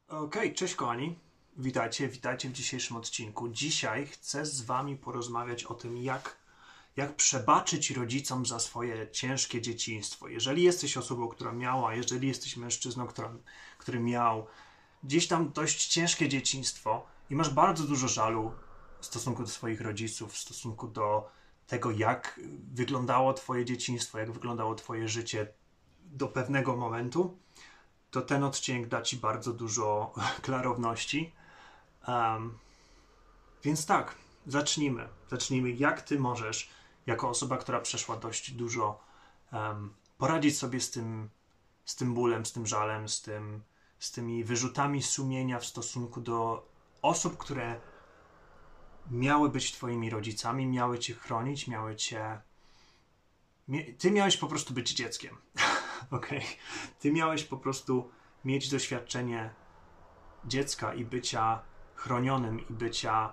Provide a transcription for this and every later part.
Okej, cześć kochani. Witajcie w dzisiejszym odcinku. Dzisiaj chcę z wami porozmawiać o tym, jak przebaczyć rodzicom za swoje ciężkie dzieciństwo. Jeżeli jesteś osobą, która miała, jeżeli jesteś mężczyzną, który miał gdzieś tam dość ciężkie dzieciństwo i masz bardzo dużo żalu w stosunku do swoich rodziców, w stosunku do tego, jak wyglądało twoje dzieciństwo, jak wyglądało twoje życie do pewnego momentu, to ten odcinek da ci bardzo dużo klarowności. Um, więc tak, zacznijmy. Zacznijmy, jak ty możesz, jako osoba, która przeszła dość dużo, poradzić sobie z tym bólem, z tym żalem, z tymi wyrzutami sumienia w stosunku do osób, które miały być twoimi rodzicami, miały cię chronić, ty miałeś po prostu być dzieckiem. Okej. Ty miałeś po prostu mieć doświadczenie dziecka i bycia chronionym i bycia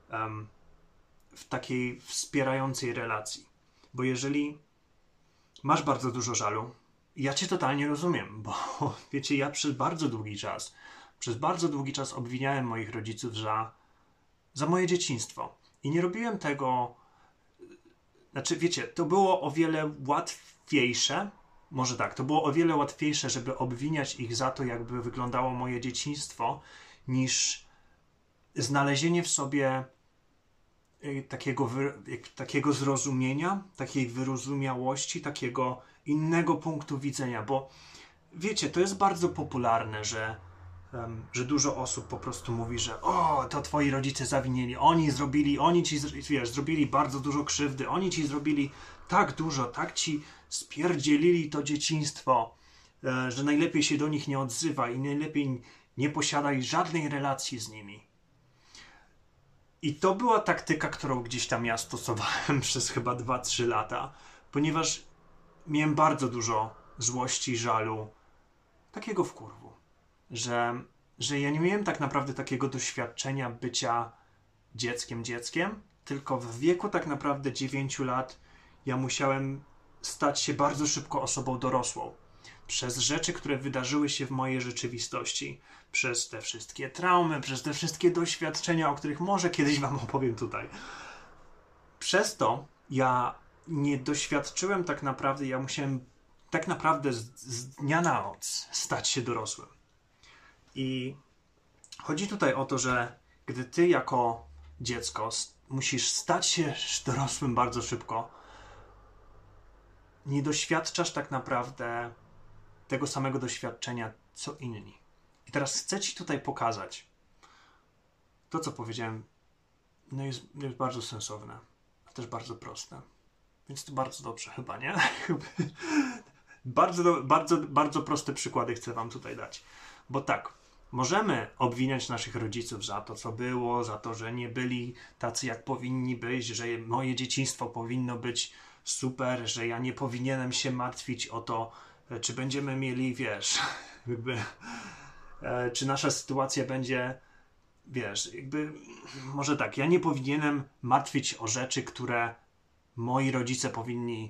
w takiej wspierającej relacji. Bo jeżeli masz bardzo dużo żalu, ja cię totalnie rozumiem, bo wiecie, ja przez bardzo długi czas obwiniałem moich rodziców za moje dzieciństwo. I nie robiłem tego, znaczy wiecie, to było o wiele łatwiejsze, może tak, to było o wiele łatwiejsze, żeby obwiniać ich za to, jakby wyglądało moje dzieciństwo, niż znalezienie w sobie takiego zrozumienia, takiej wyrozumiałości, takiego innego punktu widzenia, bo wiecie, to jest bardzo popularne, że dużo osób po prostu mówi, że to twoi rodzice zawinili, oni ci, wiesz, zrobili bardzo dużo krzywdy, oni ci zrobili tak dużo, tak ci spierdzielili to dzieciństwo, że najlepiej się do nich nie odzywaj i najlepiej nie posiadaj żadnej relacji z nimi. I to była taktyka, którą gdzieś tam ja stosowałem przez chyba 2-3 lata, ponieważ miałem bardzo dużo złości, żalu, takiego wkurwu, że ja nie miałem tak naprawdę takiego doświadczenia bycia dzieckiem, tylko w wieku tak naprawdę 9 lat ja musiałem stać się bardzo szybko osobą dorosłą. Przez rzeczy, które wydarzyły się w mojej rzeczywistości, przez te wszystkie traumy, przez te wszystkie doświadczenia, o których może kiedyś wam opowiem tutaj. Przez to ja nie doświadczyłem tak naprawdę, ja musiałem tak naprawdę z dnia na noc stać się dorosłym. I chodzi tutaj o to, że gdy ty jako dziecko musisz stać się dorosłym bardzo szybko, nie doświadczasz tak naprawdę tego samego doświadczenia, co inni. I teraz chcę ci tutaj pokazać to, co powiedziałem, jest bardzo sensowne, a też bardzo proste. Więc to bardzo dobrze chyba, nie? Bardzo proste przykłady chcę wam tutaj dać. Bo tak, możemy obwiniać naszych rodziców za to, co było, za to, że nie byli tacy, jak powinni być, że moje dzieciństwo powinno być super, że ja nie powinienem się martwić o to, czy będziemy mieli, wiesz, czy nasza sytuacja będzie, wiesz, może tak, ja nie powinienem martwić o rzeczy, które moi rodzice powinni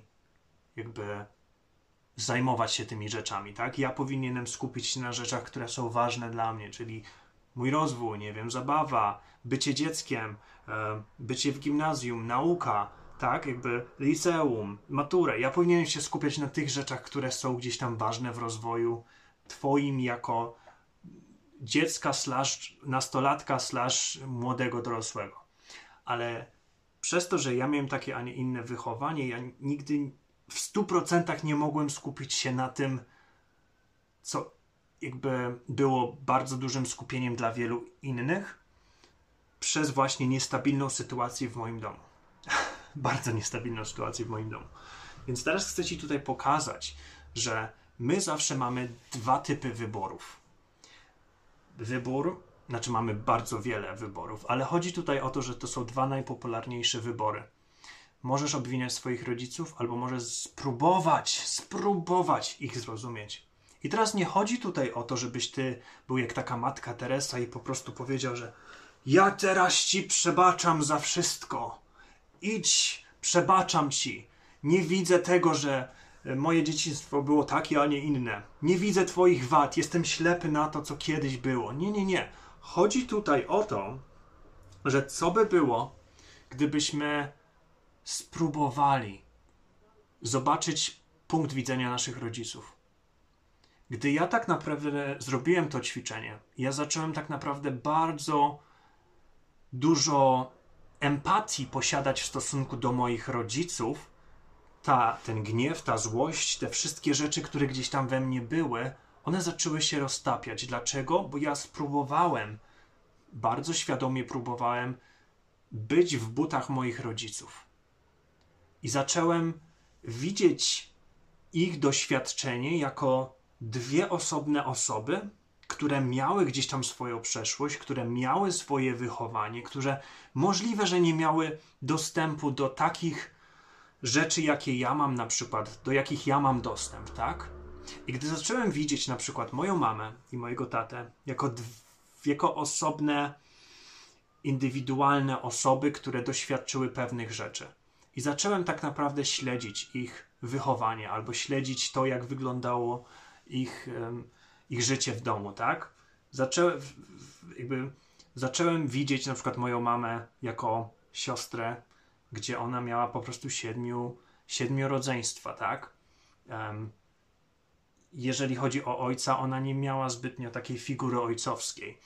zajmować się tymi rzeczami, tak? Ja powinienem skupić się na rzeczach, które są ważne dla mnie, czyli mój rozwój, nie wiem, zabawa, bycie dzieckiem, bycie w gimnazjum, nauka, tak? Liceum, maturę. Ja powinienem się skupiać na tych rzeczach, które są gdzieś tam ważne w rozwoju twoim jako dziecka / nastolatka / młodego dorosłego. Ale przez to, że ja miałem takie, a nie inne wychowanie, ja nigdy w 100% nie mogłem skupić się na tym, co było bardzo dużym skupieniem dla wielu innych, przez właśnie niestabilną sytuację w moim domu. Bardzo niestabilną sytuację w moim domu. Więc teraz chcę ci tutaj pokazać, że my zawsze mamy 2 typy wyborów. Mamy bardzo wiele wyborów, ale chodzi tutaj o to, że to są 2 najpopularniejsze wybory. Możesz obwiniać swoich rodziców, albo możesz spróbować ich zrozumieć. I teraz nie chodzi tutaj o to, żebyś ty był jak taka matka Teresa i po prostu powiedział, że ja teraz ci przebaczam za wszystko. Idź, przebaczam ci. Nie widzę tego, że moje dzieciństwo było takie, a nie inne. Nie widzę twoich wad, jestem ślepy na to, co kiedyś było. Nie, nie, nie. Chodzi tutaj o to, że co by było, gdybyśmy spróbowali zobaczyć punkt widzenia naszych rodziców. Gdy ja tak naprawdę zrobiłem to ćwiczenie, ja zacząłem tak naprawdę bardzo dużo empatii posiadać w stosunku do moich rodziców, ten gniew, ta złość, te wszystkie rzeczy, które gdzieś tam we mnie były, one zaczęły się roztapiać. Dlaczego? Bo ja spróbowałem, bardzo świadomie próbowałem być w butach moich rodziców. I zacząłem widzieć ich doświadczenie jako dwie osobne osoby, które miały gdzieś tam swoją przeszłość, które miały swoje wychowanie, które możliwe, że nie miały dostępu do takich rzeczy, jakie ja mam na przykład, do jakich ja mam dostęp, tak? I gdy zacząłem widzieć na przykład moją mamę i mojego tatę jako osobne, indywidualne osoby, które doświadczyły pewnych rzeczy. I zacząłem tak naprawdę śledzić ich wychowanie albo śledzić to, jak wyglądało ich życie w domu, tak? Zacząłem widzieć na przykład moją mamę jako siostrę, gdzie ona miała po prostu siedmiu rodzeństwa, tak? Jeżeli chodzi o ojca, ona nie miała zbytnio takiej figury ojcowskiej.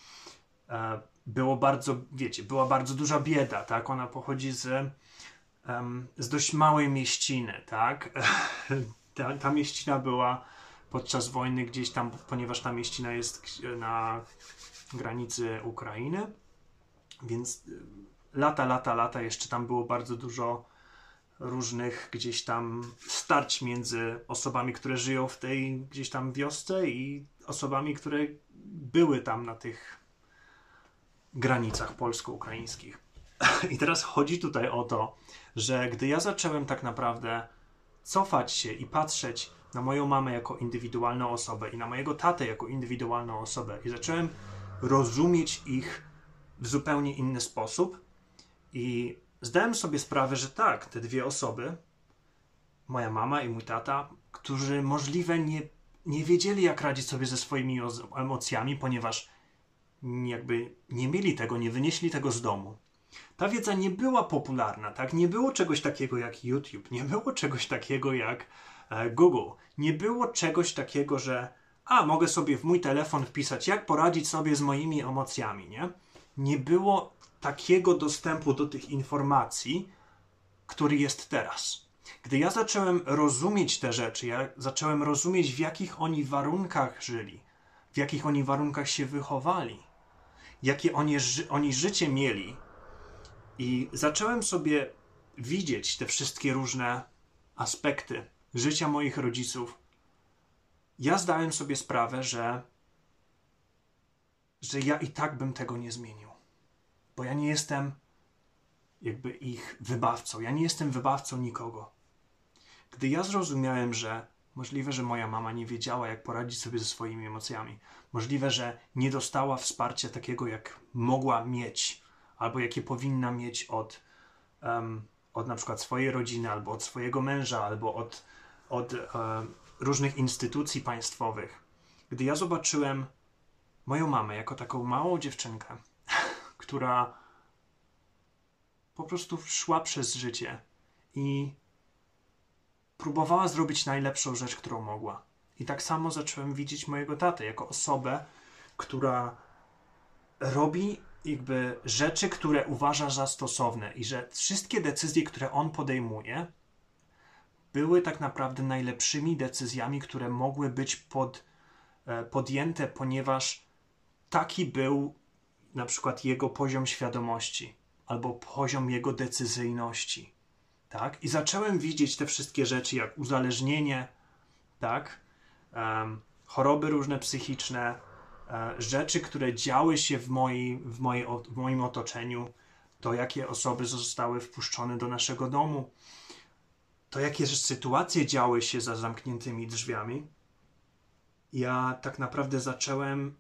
Była bardzo duża bieda, tak? Ona pochodzi z dość małej mieściny, tak? Ta mieścina była podczas wojny gdzieś tam, ponieważ ta mieścina jest na granicy Ukrainy, więc lata jeszcze tam było bardzo dużo różnych gdzieś tam starć między osobami, które żyją w tej gdzieś tam wiosce i osobami, które były tam na tych granicach polsko-ukraińskich. I teraz chodzi tutaj o to, że gdy ja zacząłem tak naprawdę cofać się i patrzeć na moją mamę jako indywidualną osobę i na mojego tatę jako indywidualną osobę i zacząłem rozumieć ich w zupełnie inny sposób i zdałem sobie sprawę, że tak, te dwie osoby, moja mama i mój tata, którzy możliwe nie wiedzieli, jak radzić sobie ze swoimi emocjami, ponieważ jakby nie mieli tego, nie wynieśli tego z domu. Ta wiedza nie była popularna, tak? Nie było czegoś takiego jak YouTube, nie było czegoś takiego jak Google, nie było czegoś takiego, że mogę sobie w mój telefon wpisać, jak poradzić sobie z moimi emocjami, nie? Nie było takiego dostępu do tych informacji, który jest teraz. Gdy ja zacząłem rozumieć te rzeczy, ja zacząłem rozumieć, w jakich oni warunkach żyli, w jakich oni warunkach się wychowali, jakie oni życie mieli, i zacząłem sobie widzieć te wszystkie różne aspekty życia moich rodziców. Ja zdałem sobie sprawę, że ja i tak bym tego nie zmienił. Bo ja nie jestem jakby ich wybawcą. Ja nie jestem wybawcą nikogo. Gdy ja zrozumiałem, że możliwe, że moja mama nie wiedziała, jak poradzić sobie ze swoimi emocjami. Możliwe, że nie dostała wsparcia takiego, jak mogła mieć, albo jakie powinna mieć od na przykład swojej rodziny, albo od swojego męża, albo od różnych instytucji państwowych. Gdy ja zobaczyłem moją mamę jako taką małą dziewczynkę, która po prostu szła przez życie i próbowała zrobić najlepszą rzecz, którą mogła. I tak samo zacząłem widzieć mojego tatę jako osobę, która robi jakby rzeczy, które uważa za stosowne i że wszystkie decyzje, które on podejmuje, były tak naprawdę najlepszymi decyzjami, które mogły być podjęte, ponieważ taki był na przykład jego poziom świadomości albo poziom jego decyzyjności. Tak? I zacząłem widzieć te wszystkie rzeczy, jak uzależnienie, tak? Choroby różne psychiczne, rzeczy, które działy się w moim otoczeniu, to jakie osoby zostały wpuszczone do naszego domu, to jakie sytuacje działy się za zamkniętymi drzwiami. Ja tak naprawdę zacząłem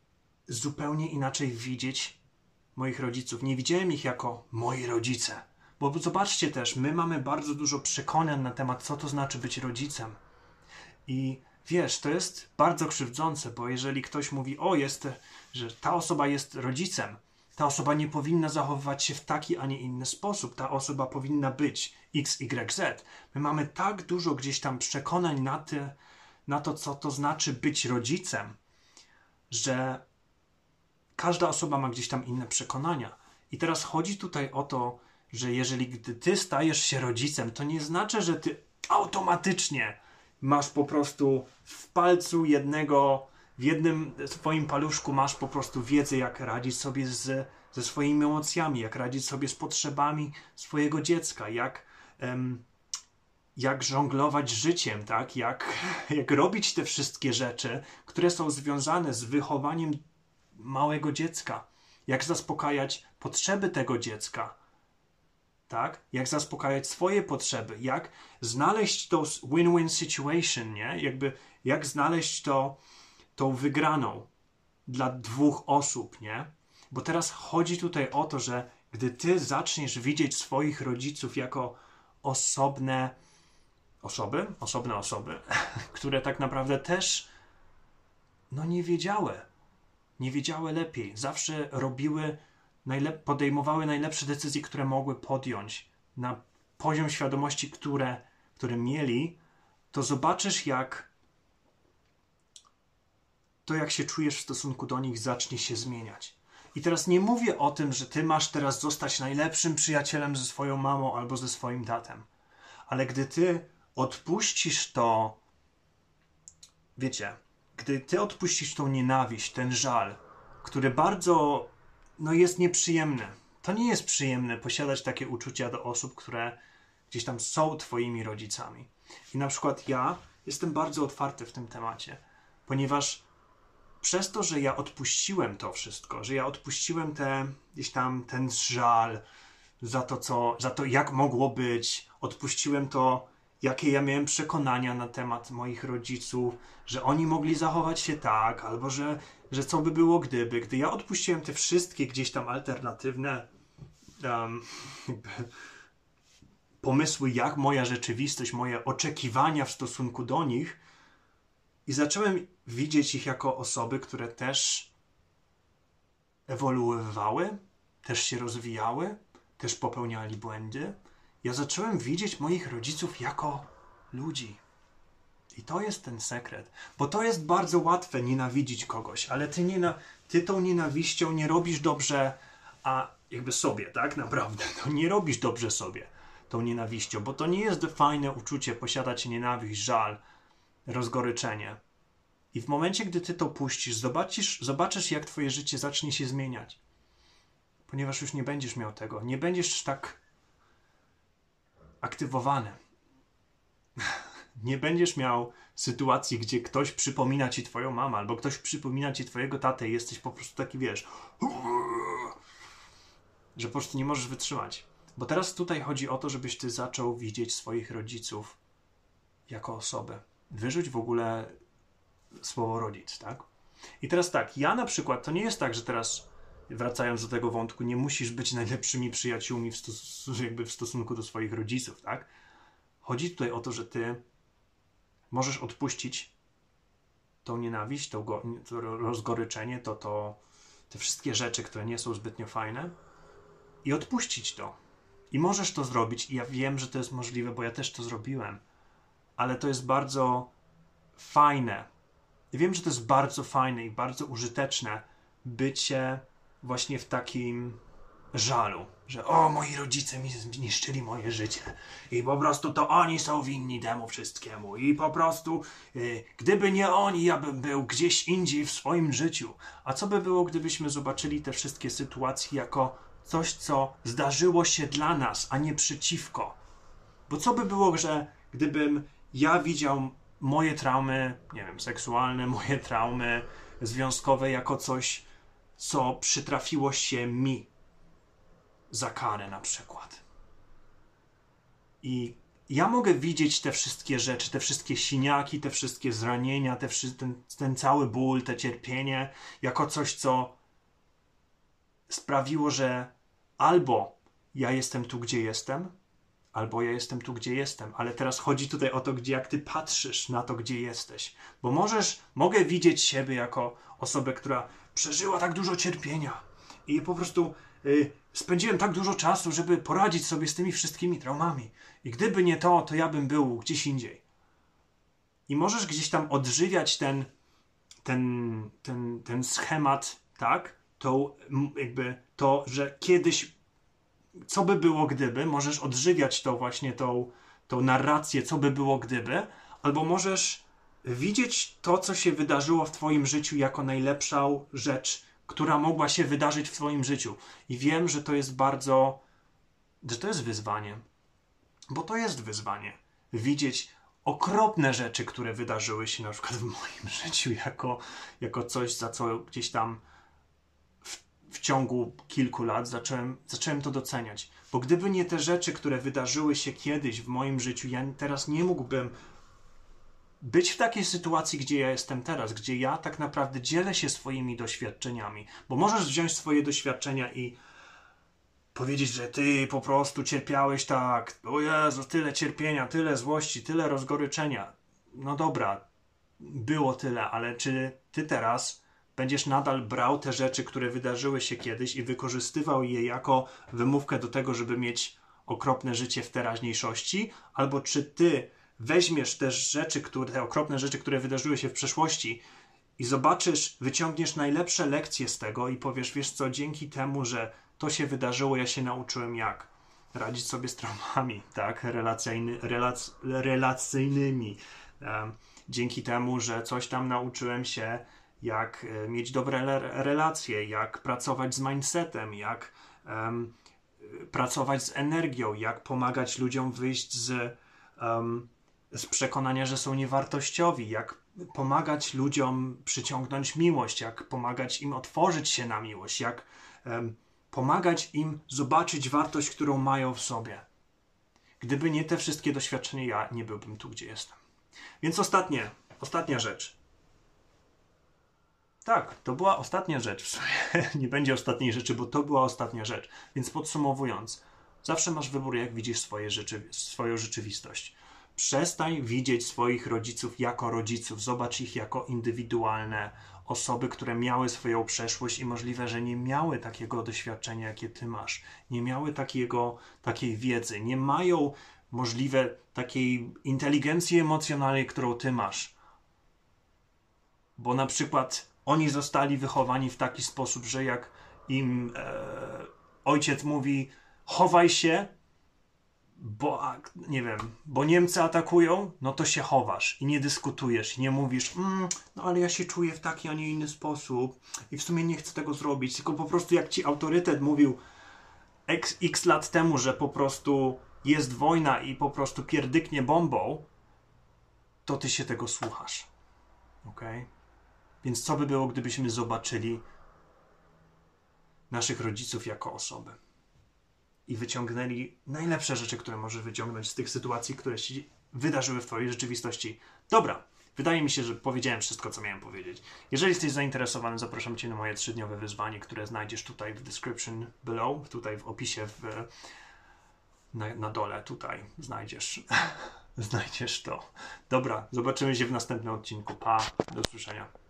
zupełnie inaczej widzieć moich rodziców. Nie widziałem ich jako moi rodzice, Bo zobaczcie też, my mamy bardzo dużo przekonań na temat, co to znaczy być rodzicem. I wiesz, to jest bardzo krzywdzące, bo jeżeli ktoś mówi, że ta osoba jest rodzicem, ta osoba nie powinna zachowywać się w taki, a nie inny sposób, ta osoba powinna być X, Y, Z. My mamy tak dużo gdzieś tam przekonań na to, co to znaczy być rodzicem, że każda osoba ma gdzieś tam inne przekonania. I teraz chodzi tutaj o to, że gdy ty stajesz się rodzicem, to nie znaczy, że ty automatycznie masz po prostu w palcu w jednym swoim paluszku masz po prostu wiedzę, jak radzić sobie ze swoimi emocjami, jak radzić sobie z potrzebami swojego dziecka, jak żonglować życiem, tak? Jak robić te wszystkie rzeczy, które są związane z wychowaniem małego dziecka, jak zaspokajać potrzeby tego dziecka, tak? Jak zaspokajać swoje potrzeby, jak znaleźć tą win-win situation, nie? Jak znaleźć tą wygraną dla dwóch osób, nie? Bo teraz chodzi tutaj o to, że gdy ty zaczniesz widzieć swoich rodziców jako osobne osoby, które tak naprawdę też nie wiedziały lepiej, zawsze podejmowały najlepsze decyzje, które mogły podjąć na poziom świadomości, który mieli, to zobaczysz, jak się czujesz w stosunku do nich, zacznie się zmieniać. I teraz nie mówię o tym, że ty masz teraz zostać najlepszym przyjacielem ze swoją mamą albo ze swoim tatem. Ale gdy ty odpuścisz to, wiecie, gdy ty odpuścisz tą nienawiść, ten żal, który bardzo jest nieprzyjemny. To nie jest przyjemne posiadać takie uczucia do osób, które gdzieś tam są twoimi rodzicami. I na przykład ja jestem bardzo otwarty w tym temacie, ponieważ przez to, że ja odpuściłem to wszystko, że ja odpuściłem ten żal za to, jak mogło być, odpuściłem to, jakie ja miałem przekonania na temat moich rodziców, że oni mogli zachować się tak, albo że co by było gdy ja odpuściłem te wszystkie gdzieś tam alternatywne pomysły, jak moja rzeczywistość, moje oczekiwania w stosunku do nich, i zacząłem widzieć ich jako osoby, które też ewoluowały, też się rozwijały, też popełniali błędy. Ja zacząłem widzieć moich rodziców jako ludzi. I to jest ten sekret. Bo to jest bardzo łatwe nienawidzić kogoś, ale ty tą nienawiścią nie robisz dobrze, a jakby sobie, tak naprawdę. To nie robisz dobrze sobie tą nienawiścią, bo to nie jest fajne uczucie posiadać nienawiść, żal, rozgoryczenie. I w momencie, gdy ty to puścisz, zobaczysz, jak twoje życie zacznie się zmieniać. Ponieważ już nie będziesz miał tego. Nie będziesz tak aktywowany. Nie będziesz miał sytuacji, gdzie ktoś przypomina ci twoją mamę, albo ktoś przypomina ci twojego tatę i jesteś po prostu taki, wiesz, że po prostu nie możesz wytrzymać. Bo teraz tutaj chodzi o to, żebyś ty zaczął widzieć swoich rodziców jako osobę. Wyrzuć w ogóle słowo rodzic, tak? I teraz tak, ja na przykład, to nie jest tak, że teraz, wracając do tego wątku, nie musisz być najlepszymi przyjaciółmi w stosunku do swoich rodziców, tak? Chodzi tutaj o to, że ty możesz odpuścić tą nienawiść, to rozgoryczenie, te wszystkie rzeczy, które nie są zbytnio fajne, i odpuścić to. I możesz to zrobić, i ja wiem, że to jest możliwe, bo ja też to zrobiłem. Ale to jest bardzo fajne. Ja wiem, że to jest bardzo fajne i bardzo użyteczne bycie właśnie w takim żalu, że moi rodzice mi zniszczyli moje życie i po prostu to oni są winni temu wszystkiemu i po prostu gdyby nie oni, ja bym był gdzieś indziej w swoim życiu. A co by było, gdybyśmy zobaczyli te wszystkie sytuacje jako coś, co zdarzyło się dla nas, a nie przeciwko? Bo co by było, że gdybym ja widział moje traumy, nie wiem, seksualne, moje traumy związkowe jako coś, co przytrafiło się mi za karę na przykład. I ja mogę widzieć te wszystkie rzeczy, te wszystkie siniaki, te wszystkie zranienia, ten cały ból, te cierpienie jako coś, co sprawiło, że albo ja jestem tu, gdzie jestem, albo ja jestem tu, gdzie jestem. Ale teraz chodzi tutaj o to, jak ty patrzysz na to, gdzie jesteś. Bo mogę widzieć siebie jako osobę, która przeżyła tak dużo cierpienia i po prostu spędziłem tak dużo czasu, żeby poradzić sobie z tymi wszystkimi traumami. I gdyby nie to, to ja bym był gdzieś indziej. I możesz gdzieś tam odżywiać ten schemat, tak? To, że kiedyś, co by było gdyby, możesz odżywiać tą narrację, co by było gdyby, albo możesz widzieć to, co się wydarzyło w twoim życiu jako najlepszą rzecz, która mogła się wydarzyć w twoim życiu. I wiem, że to jest wyzwanie. Bo to jest wyzwanie. Widzieć okropne rzeczy, które wydarzyły się na przykład w moim życiu jako coś, za co gdzieś tam w ciągu kilku lat zacząłem to doceniać. Bo gdyby nie te rzeczy, które wydarzyły się kiedyś w moim życiu, ja teraz nie mógłbym być w takiej sytuacji, gdzie ja jestem teraz, gdzie ja tak naprawdę dzielę się swoimi doświadczeniami. Bo możesz wziąć swoje doświadczenia i powiedzieć, że ty po prostu cierpiałeś tak, o Jezu, tyle cierpienia, tyle złości, tyle rozgoryczenia. No dobra, było tyle, ale czy ty teraz będziesz nadal brał te rzeczy, które wydarzyły się kiedyś i wykorzystywał je jako wymówkę do tego, żeby mieć okropne życie w teraźniejszości? Albo czy ty weźmiesz te okropne rzeczy, które wydarzyły się w przeszłości i zobaczysz, wyciągniesz najlepsze lekcje z tego i powiesz, wiesz co, dzięki temu, że to się wydarzyło, ja się nauczyłem jak radzić sobie z traumami, tak, relacyjnymi. Dzięki temu, że coś tam nauczyłem się, jak mieć dobre relacje, jak pracować z mindsetem, jak pracować z energią, jak pomagać ludziom wyjść z przekonania, że są niewartościowi, jak pomagać ludziom przyciągnąć miłość, jak pomagać im otworzyć się na miłość, jak pomagać im zobaczyć wartość, którą mają w sobie. Gdyby nie te wszystkie doświadczenia, ja nie byłbym tu, gdzie jestem. Więc ostatnia rzecz. Tak, to była ostatnia rzecz. W sumie nie będzie ostatniej rzeczy, bo to była ostatnia rzecz. Więc podsumowując, zawsze masz wybór, jak widzisz swoją rzeczywistość. Przestań widzieć swoich rodziców jako rodziców. Zobacz ich jako indywidualne osoby, które miały swoją przeszłość i możliwe, że nie miały takiego doświadczenia, jakie ty masz. Nie miały takiej wiedzy. Nie mają możliwe takiej inteligencji emocjonalnej, którą ty masz. Bo na przykład oni zostali wychowani w taki sposób, że jak im ojciec mówi chowaj się, bo Niemcy atakują, no to się chowasz i nie dyskutujesz, i nie mówisz no ale ja się czuję w taki, a nie inny sposób i w sumie nie chcę tego zrobić, tylko po prostu jak ci autorytet mówił x lat temu, że po prostu jest wojna i po prostu pierdyknie bombą, to ty się tego słuchasz. Okej? Więc co by było, gdybyśmy zobaczyli naszych rodziców jako osoby i wyciągnęli najlepsze rzeczy, które możesz wyciągnąć z tych sytuacji, które się wydarzyły w twojej rzeczywistości. Dobra, wydaje mi się, że powiedziałem wszystko, co miałem powiedzieć. Jeżeli jesteś zainteresowany, zapraszam cię na moje 3-dniowe wyzwanie, które znajdziesz tutaj w description below, tutaj w opisie na dole, tutaj znajdziesz to. Dobra, zobaczymy się w następnym odcinku. Pa, do usłyszenia.